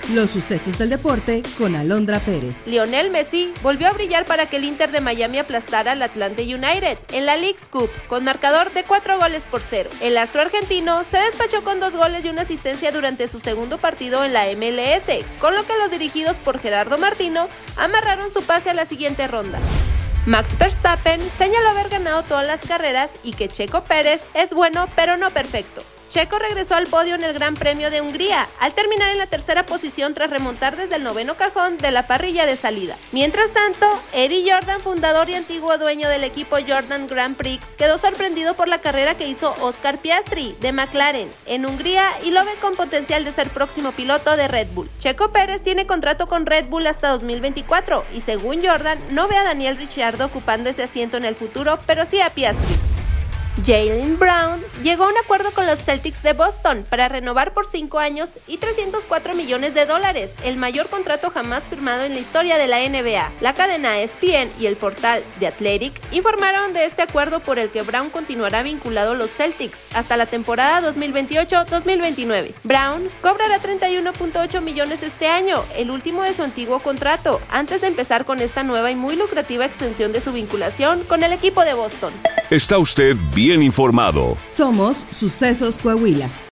Los sucesos del deporte con Alondra Pérez. Lionel Messi volvió a brillar para que el Inter de Miami aplastara al Atlanta United en la Leagues Cup con marcador de 4-0. El astro argentino se despachó con 2 goles y una asistencia durante su segundo partido en la MLS, con lo que los dirigidos por Gerardo Martino amarraron su pase a la siguiente ronda. Max Verstappen señaló haber ganado todas las carreras y que Checo Pérez es bueno pero no perfecto. Checo regresó al podio en el Gran Premio de Hungría, al terminar en la tercera posición tras remontar desde el 9º cajón de la parrilla de salida. Mientras tanto, Eddie Jordan, fundador y antiguo dueño del equipo Jordan Grand Prix, quedó sorprendido por la carrera que hizo Oscar Piastri, de McLaren, en Hungría y lo ve con potencial de ser próximo piloto de Red Bull. Checo Pérez tiene contrato con Red Bull hasta 2024 y según Jordan, no ve a Daniel Ricciardo ocupando ese asiento en el futuro, pero sí a Piastri. Jaylen Brown llegó a un acuerdo con los Celtics de Boston para renovar por 5 años y $304 millones, el mayor contrato jamás firmado en la historia de la NBA. La cadena ESPN y el portal The Athletic informaron de este acuerdo por el que Brown continuará vinculado a los Celtics hasta la temporada 2028-2029. Brown cobrará $31.8 millones este año, el último de su antiguo contrato, antes de empezar con esta nueva y muy lucrativa extensión de su vinculación con el equipo de Boston. Está usted bien informado. Somos Sucesos Coahuila.